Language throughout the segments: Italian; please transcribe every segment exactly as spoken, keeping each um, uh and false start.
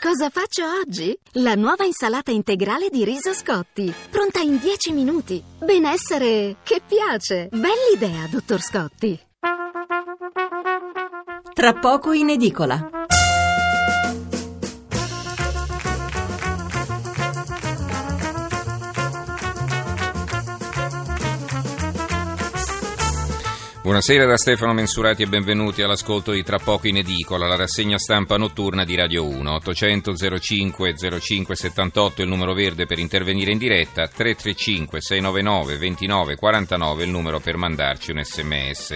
Cosa faccio oggi? La nuova insalata integrale di riso Scotti, pronta in dieci minuti. Benessere che piace. Bell'idea, dottor Scotti. Tra poco in edicola. Buonasera da Stefano Mensurati e benvenuti all'ascolto di Tra poco in edicola, la rassegna stampa notturna di Radio uno. ottocento zero cinque zero cinque settantotto il numero verde per intervenire in diretta, tre tre cinque sei nove nove due nove quattro nove il numero per mandarci un sms.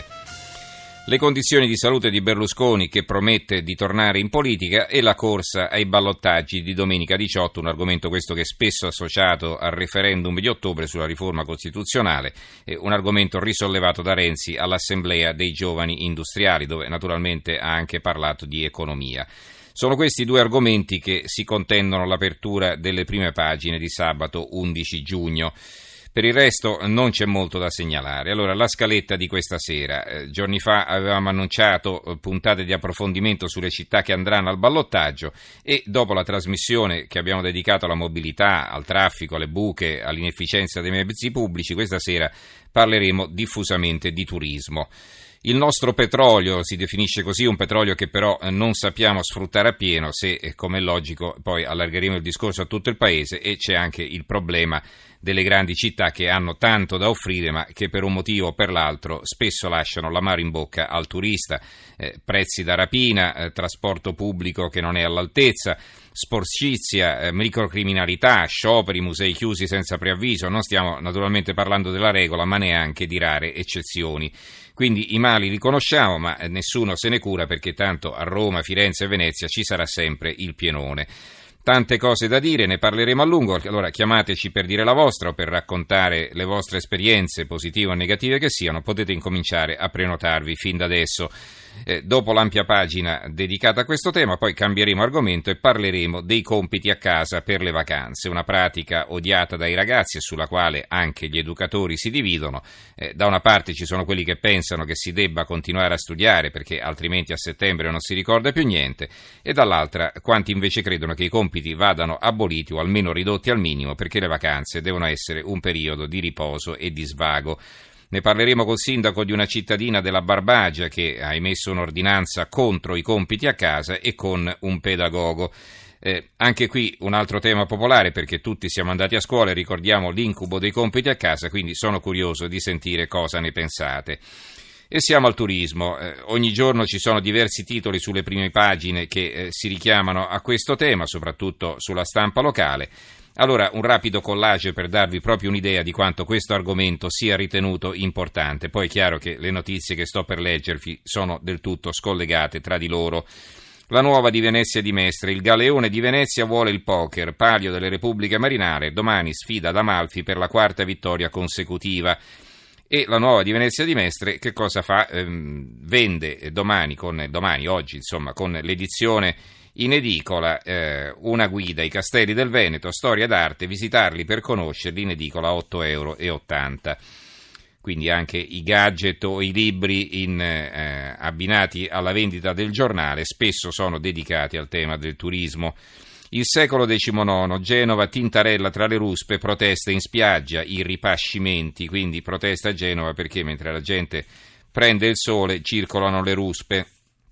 Le condizioni di salute di Berlusconi, che promette di tornare in politica, e la corsa ai ballottaggi di domenica diciotto, un argomento questo che è spesso associato al referendum di ottobre sulla riforma costituzionale, un argomento risollevato da Renzi all'Assemblea dei Giovani Industriali, dove naturalmente ha anche parlato di economia. Sono questi due argomenti che si contendono l'apertura delle prime pagine di sabato undici giugno. Per il resto non c'è molto da segnalare. Allora, la scaletta di questa sera. Eh, giorni fa avevamo annunciato eh, puntate di approfondimento sulle città che andranno al ballottaggio e dopo la trasmissione che abbiamo dedicato alla mobilità, al traffico, alle buche, all'inefficienza dei mezzi pubblici, questa sera parleremo diffusamente di turismo. Il nostro petrolio si definisce così, un petrolio che però non sappiamo sfruttare appieno se, come è logico, poi allargheremo il discorso a tutto il paese, e c'è anche il problema delle grandi città che hanno tanto da offrire ma che per un motivo o per l'altro spesso lasciano l'amaro in bocca al turista, eh, prezzi da rapina, eh, trasporto pubblico che non è all'altezza, sporcizia, eh, microcriminalità, scioperi, musei chiusi senza preavviso. Non stiamo naturalmente parlando della regola ma neanche di rare eccezioni. Quindi i mali li conosciamo, ma nessuno se ne cura, perché tanto a Roma, Firenze e Venezia ci sarà sempre il pienone. Tante cose da dire, ne parleremo a lungo, allora chiamateci per dire la vostra o per raccontare le vostre esperienze, positive o negative che siano. Potete incominciare a prenotarvi fin da adesso. Eh, dopo l'ampia pagina dedicata a questo tema, poi cambieremo argomento e parleremo dei compiti a casa per le vacanze, una pratica odiata dai ragazzi e sulla quale anche gli educatori si dividono. Eh, da una parte ci sono quelli che pensano che si debba continuare a studiare perché altrimenti a settembre non si ricorda più niente, e dall'altra quanti invece credono che i compiti vadano aboliti o almeno ridotti al minimo perché le vacanze devono essere un periodo di riposo e di svago. Ne parleremo col sindaco di una cittadina della Barbagia che ha emesso un'ordinanza contro i compiti a casa e con un pedagogo. Eh, anche qui un altro tema popolare, perché tutti siamo andati a scuola e ricordiamo l'incubo dei compiti a casa, quindi sono curioso di sentire cosa ne pensate. E siamo al turismo. Eh, ogni giorno ci sono diversi titoli sulle prime pagine che eh, si richiamano a questo tema, soprattutto sulla stampa locale. Allora, un rapido collage per darvi proprio un'idea di quanto questo argomento sia ritenuto importante. Poi è chiaro che le notizie che sto per leggervi sono del tutto scollegate tra di loro. La nuova di Venezia di Mestre, il Galeone di Venezia vuole il poker, palio delle Repubbliche Marinare, domani sfida ad Amalfi per la quarta vittoria consecutiva. E la nuova di Venezia di Mestre che cosa fa? Ehm, vende domani, con, domani, oggi insomma, con l'edizione in edicola, eh, una guida ai Castelli del Veneto, storia d'arte, visitarli per conoscerli, in edicola a otto virgola ottanta euro. Quindi anche i gadget o i libri in, eh, abbinati alla vendita del giornale spesso sono dedicati al tema del turismo. Il secolo diciannove, Genova, Tintarella tra le ruspe, proteste in spiaggia, i ripascimenti, quindi protesta a Genova perché mentre la gente prende il sole circolano le ruspe.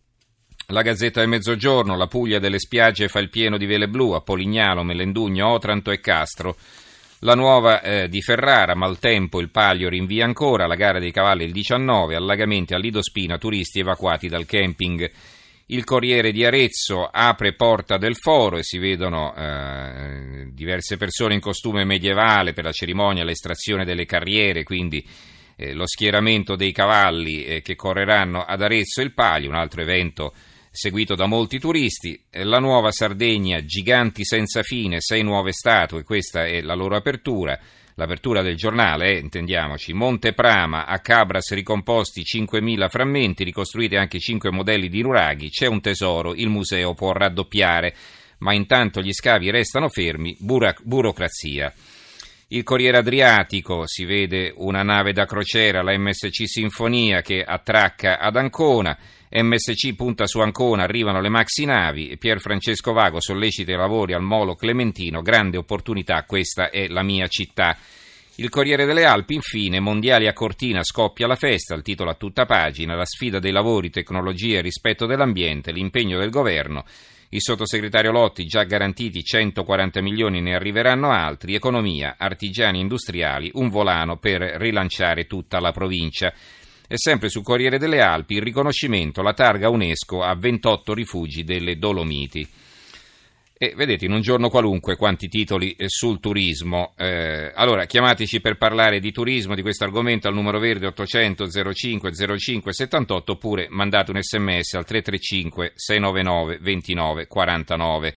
La Gazzetta del Mezzogiorno, la Puglia delle spiagge fa il pieno di vele blu, a Polignano, Melendugno, Otranto e Castro. La Nuova eh, di Ferrara, maltempo, il Palio rinvia ancora, la gara dei cavalli il diciannove, allagamenti a Lidospina, turisti evacuati dal camping. Il Corriere di Arezzo apre porta del foro e si vedono eh, diverse persone in costume medievale per la cerimonia, l'estrazione delle carriere, quindi eh, lo schieramento dei cavalli eh, che correranno ad Arezzo e il Palio, un altro evento seguito da molti turisti. La Nuova Sardegna, giganti senza fine, sei nuove statue, questa è la loro apertura, l'apertura del giornale, eh, intendiamoci. Monte Prama, a Cabras ricomposti cinquemila frammenti, ricostruiti anche cinque modelli di nuraghi, c'è un tesoro, il museo può raddoppiare, ma intanto gli scavi restano fermi, bura- burocrazia. Il Corriere Adriatico, si vede una nave da crociera, la M S C Sinfonia, che attracca ad Ancona. M S C punta su Ancona, arrivano le maxi navi, Pier Francesco Vago sollecita i lavori al Molo Clementino, grande opportunità, questa è la mia città. Il Corriere delle Alpi, infine, mondiali a Cortina, scoppia la festa, il titolo a tutta pagina, la sfida dei lavori, tecnologia e rispetto dell'ambiente, l'impegno del governo, il sottosegretario Lotti, già garantiti centoquaranta milioni, ne arriveranno altri, economia, artigiani industriali, un volano per rilanciare tutta la provincia. E sempre sul Corriere delle Alpi, il riconoscimento, la targa UNESCO a ventotto rifugi delle Dolomiti. E vedete, in un giorno qualunque quanti titoli sul turismo. Eh, allora chiamateci per parlare di turismo, di questo argomento, al numero verde ottocento zero cinque zero cinque settantotto, oppure mandate un sms al tre tre cinque sei nove nove due nove quattro nove.